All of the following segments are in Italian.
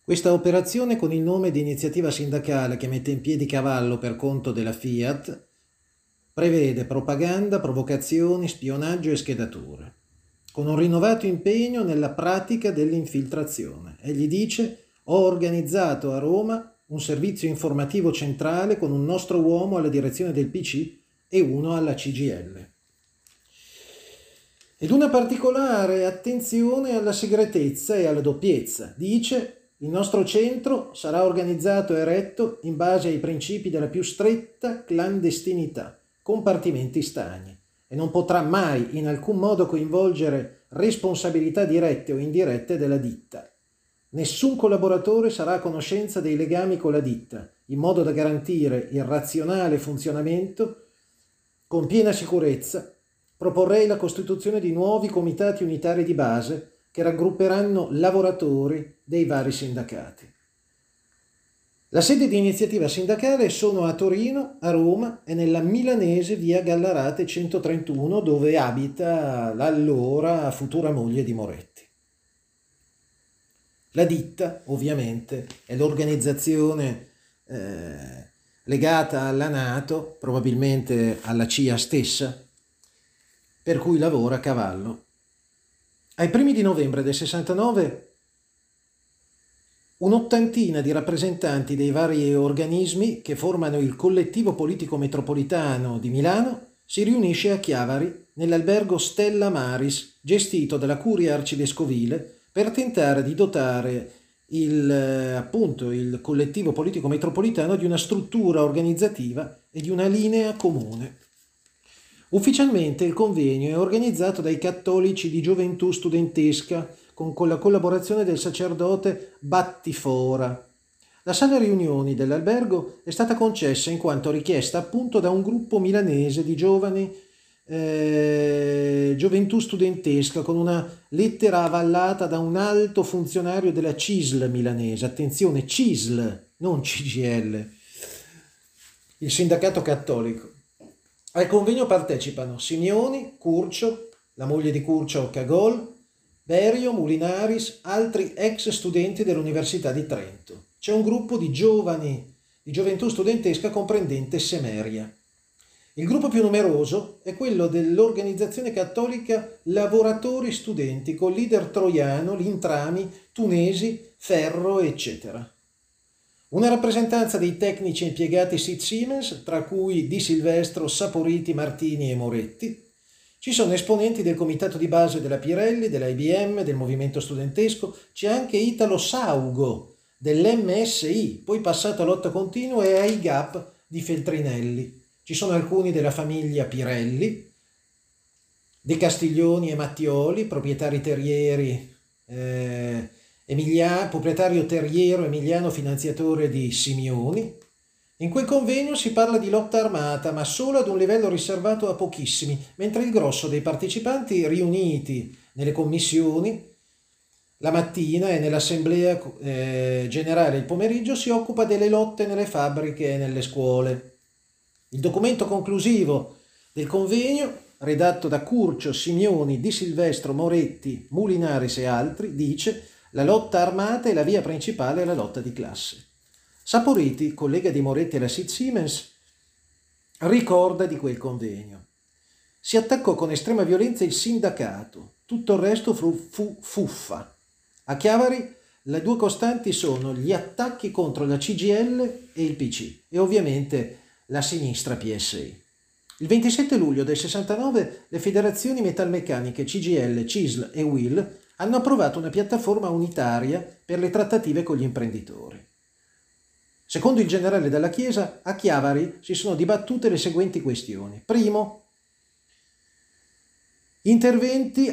Questa operazione, con il nome di iniziativa sindacale che mette in piedi Cavallo per conto della Fiat, prevede propaganda, provocazioni, spionaggio e schedature, con un rinnovato impegno nella pratica dell'infiltrazione. Egli dice: ho organizzato a Roma un servizio informativo centrale con un nostro uomo alla direzione del PC e uno alla CGIL. Ed una particolare attenzione alla segretezza e alla doppiezza. Dice: il nostro centro sarà organizzato e retto in base ai principi della più stretta clandestinità, compartimenti stagni, e non potrà mai in alcun modo coinvolgere responsabilità dirette o indirette della ditta. Nessun collaboratore sarà a conoscenza dei legami con la ditta, in modo da garantire il razionale funzionamento. Con piena sicurezza proporrei la costituzione di nuovi comitati unitari di base che raggrupperanno lavoratori dei vari sindacati. La sede di iniziativa sindacale sono a Torino, a Roma e nella milanese via Gallarate 131, dove abita l'allora futura moglie di Moretti. La ditta, ovviamente, è l'organizzazione legata alla NATO, probabilmente alla CIA stessa, per cui lavora Cavallo. Ai primi di novembre del 69 un'ottantina di rappresentanti dei vari organismi che formano il collettivo politico metropolitano di Milano si riunisce a Chiavari nell'albergo Stella Maris, gestito dalla Curia Arcivescovile, per tentare di dotare il collettivo politico metropolitano di una struttura organizzativa e di una linea comune. Ufficialmente il convegno è organizzato dai cattolici di Gioventù Studentesca con la collaborazione del sacerdote Battifora. La sala riunioni dell'albergo è stata concessa in quanto richiesta appunto da un gruppo milanese di giovani Gioventù Studentesca, con una lettera avallata da un alto funzionario della CISL milanese. Attenzione, CISL, non CGIL, il sindacato cattolico. Al convegno partecipano Simioni, Curcio, la moglie di Curcio Cagol, Berio, Mulinaris, altri ex studenti dell'Università di Trento. C'è un gruppo di giovani di Gioventù Studentesca comprendente Semeria. Il gruppo più numeroso è quello dell'organizzazione cattolica Lavoratori Studenti, con leader Troiano, Lintrami, Tunesi, Ferro, eccetera. Una rappresentanza dei tecnici impiegati SIT Siemens, tra cui Di Silvestro, Saporiti, Martini e Moretti. Ci sono esponenti del comitato di base della Pirelli, della IBM, del movimento studentesco. C'è anche Italo Saugo dell'MSI, poi passato a Lotta Continua e ai GAP di Feltrinelli. Ci sono alcuni della famiglia Pirelli, De Castiglioni e Mattioli, proprietari terrieri, proprietario terriero emiliano, finanziatore di Simioni. In quel convegno si parla di lotta armata, ma solo ad un livello riservato a pochissimi, mentre il grosso dei partecipanti riuniti nelle commissioni la mattina e nell'assemblea generale il pomeriggio si occupa delle lotte nelle fabbriche e nelle scuole. Il documento conclusivo del convegno, redatto da Curcio, Simioni, Di Silvestro, Moretti, Mulinaris e altri, dice: la lotta armata è la via principale alla lotta di classe. Saporiti, collega di Moretti alla SIT Siemens, ricorda di quel convegno. Si attaccò con estrema violenza il sindacato, tutto il resto fu fuffa. A Chiavari le due costanti sono gli attacchi contro la CGIL e il PC e ovviamente la sinistra PSI. Il 27 luglio del 69 le federazioni metalmeccaniche CGIL, CISL e UIL hanno approvato una piattaforma unitaria per le trattative con gli imprenditori. Secondo il generale Dalla Chiesa, a Chiavari si sono dibattute le seguenti questioni. Primo, interventi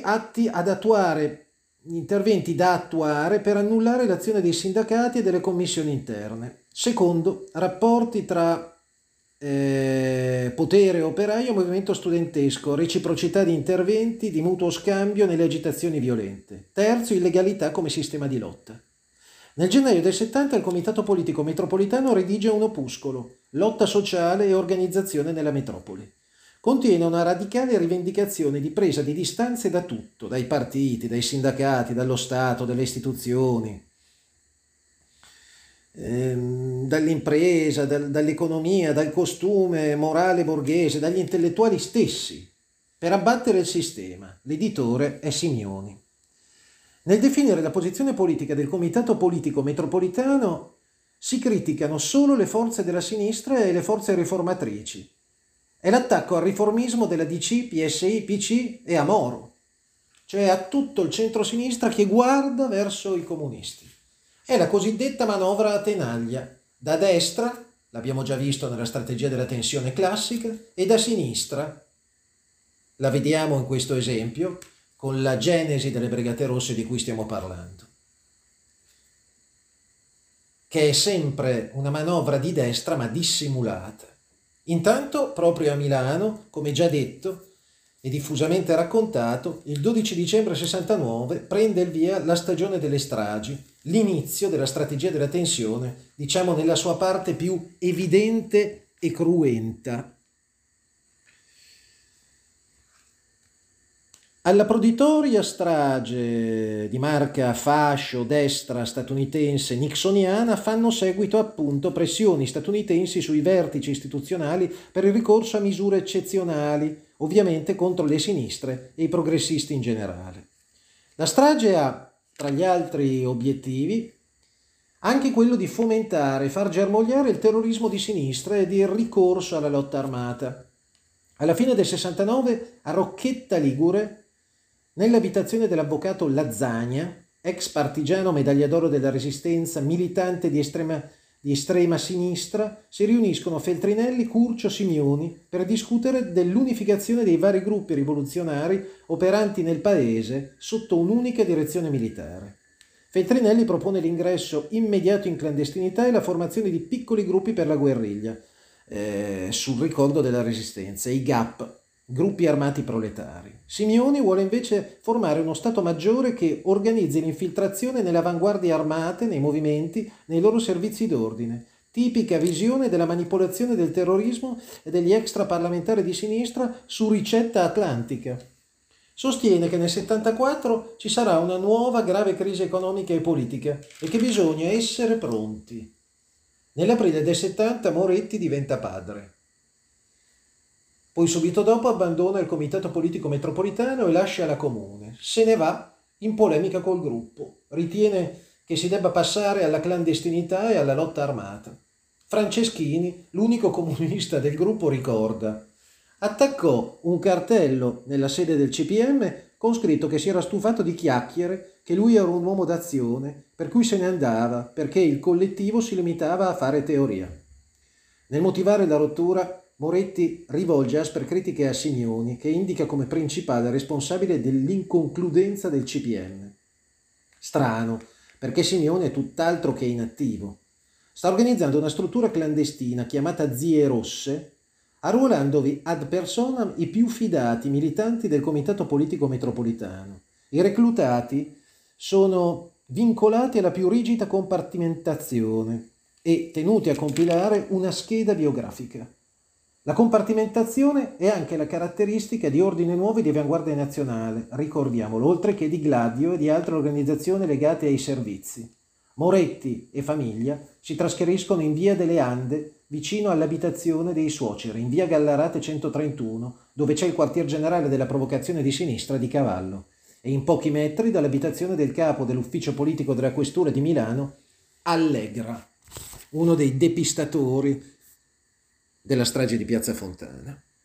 da attuare per annullare l'azione dei sindacati e delle commissioni interne. Secondo, rapporti tra potere operaio e movimento studentesco, reciprocità di interventi, di mutuo scambio nelle agitazioni violente. Terzo, illegalità come sistema di lotta. Nel gennaio del 70 il Comitato Politico Metropolitano redige un opuscolo, Lotta sociale e organizzazione nella metropoli. Contiene una radicale rivendicazione di presa di distanze da tutto, dai partiti, dai sindacati, dallo Stato, dalle istituzioni. dall'impresa, dall'economia, dal costume morale borghese, dagli intellettuali stessi, per abbattere il sistema. L'editore è Simioni. Nel definire la posizione politica del Comitato Politico Metropolitano si criticano solo le forze della sinistra e le forze riformatrici. È l'attacco al riformismo della DC, PSI, PC e a Moro, cioè a tutto il centro-sinistra che guarda verso i comunisti. È la cosiddetta manovra a tenaglia, da destra, l'abbiamo già visto nella strategia della tensione classica, e da sinistra, la vediamo in questo esempio, con la genesi delle Brigate Rosse di cui stiamo parlando, che è sempre una manovra di destra ma dissimulata. Intanto, proprio a Milano, come già detto e diffusamente raccontato, il 12 dicembre 69 prende il via la stagione delle stragi, l'inizio della strategia della tensione, diciamo nella sua parte più evidente e cruenta. Alla proditoria strage di marca fascio destra statunitense nixoniana fanno seguito appunto pressioni statunitensi sui vertici istituzionali per il ricorso a misure eccezionali, ovviamente contro le sinistre e i progressisti in generale. La strage ha, tra gli altri obiettivi, anche quello di fomentare e far germogliare il terrorismo di sinistra ed il ricorso alla lotta armata. Alla fine del 69, a Rocchetta Ligure, nell'abitazione dell'avvocato Lazzagna, ex partigiano medaglia d'oro della Resistenza, militante di estrema sinistra, si riuniscono Feltrinelli, Curcio, Simioni per discutere dell'unificazione dei vari gruppi rivoluzionari operanti nel paese sotto un'unica direzione militare. Feltrinelli propone l'ingresso immediato in clandestinità e la formazione di piccoli gruppi per la guerriglia, sul ricordo della Resistenza, i GAP, gruppi armati proletari. Simioni vuole invece formare uno Stato Maggiore che organizzi l'infiltrazione nelle avanguardie armate, nei movimenti, nei loro servizi d'ordine. Tipica visione della manipolazione del terrorismo e degli extraparlamentari di sinistra su ricetta atlantica. Sostiene che nel 74 ci sarà una nuova grave crisi economica e politica e che bisogna essere pronti. Nell'aprile del 70 Moretti diventa padre. Poi subito dopo abbandona il Comitato Politico Metropolitano e lascia la Comune. Se ne va in polemica col gruppo. Ritiene che si debba passare alla clandestinità e alla lotta armata. Franceschini, l'unico comunista del gruppo, ricorda: attaccò un cartello nella sede del CPM con scritto che si era stufato di chiacchiere, che lui era un uomo d'azione, per cui se ne andava, perché il collettivo si limitava a fare teoria. Nel motivare la rottura, Moretti rivolge aspre critiche a Simioni, che indica come principale responsabile dell'inconcludenza del CPM. Strano, perché Simioni è tutt'altro che inattivo. Sta organizzando una struttura clandestina chiamata Zie Rosse, arruolandovi ad personam i più fidati militanti del Comitato Politico Metropolitano. I reclutati sono vincolati alla più rigida compartimentazione e tenuti a compilare una scheda biografica. La compartimentazione è anche la caratteristica di Ordine Nuovo e di Avanguardia Nazionale, ricordiamolo, oltre che di Gladio e di altre organizzazioni legate ai servizi. Moretti e famiglia si trasferiscono in via delle Ande, vicino all'abitazione dei suoceri, in via Gallarate 131, dove c'è il quartier generale della provocazione di sinistra di Cavallo, e in pochi metri dall'abitazione del capo dell'ufficio politico della questura di Milano, Allegra, uno dei depistatori della strage di Piazza Fontana.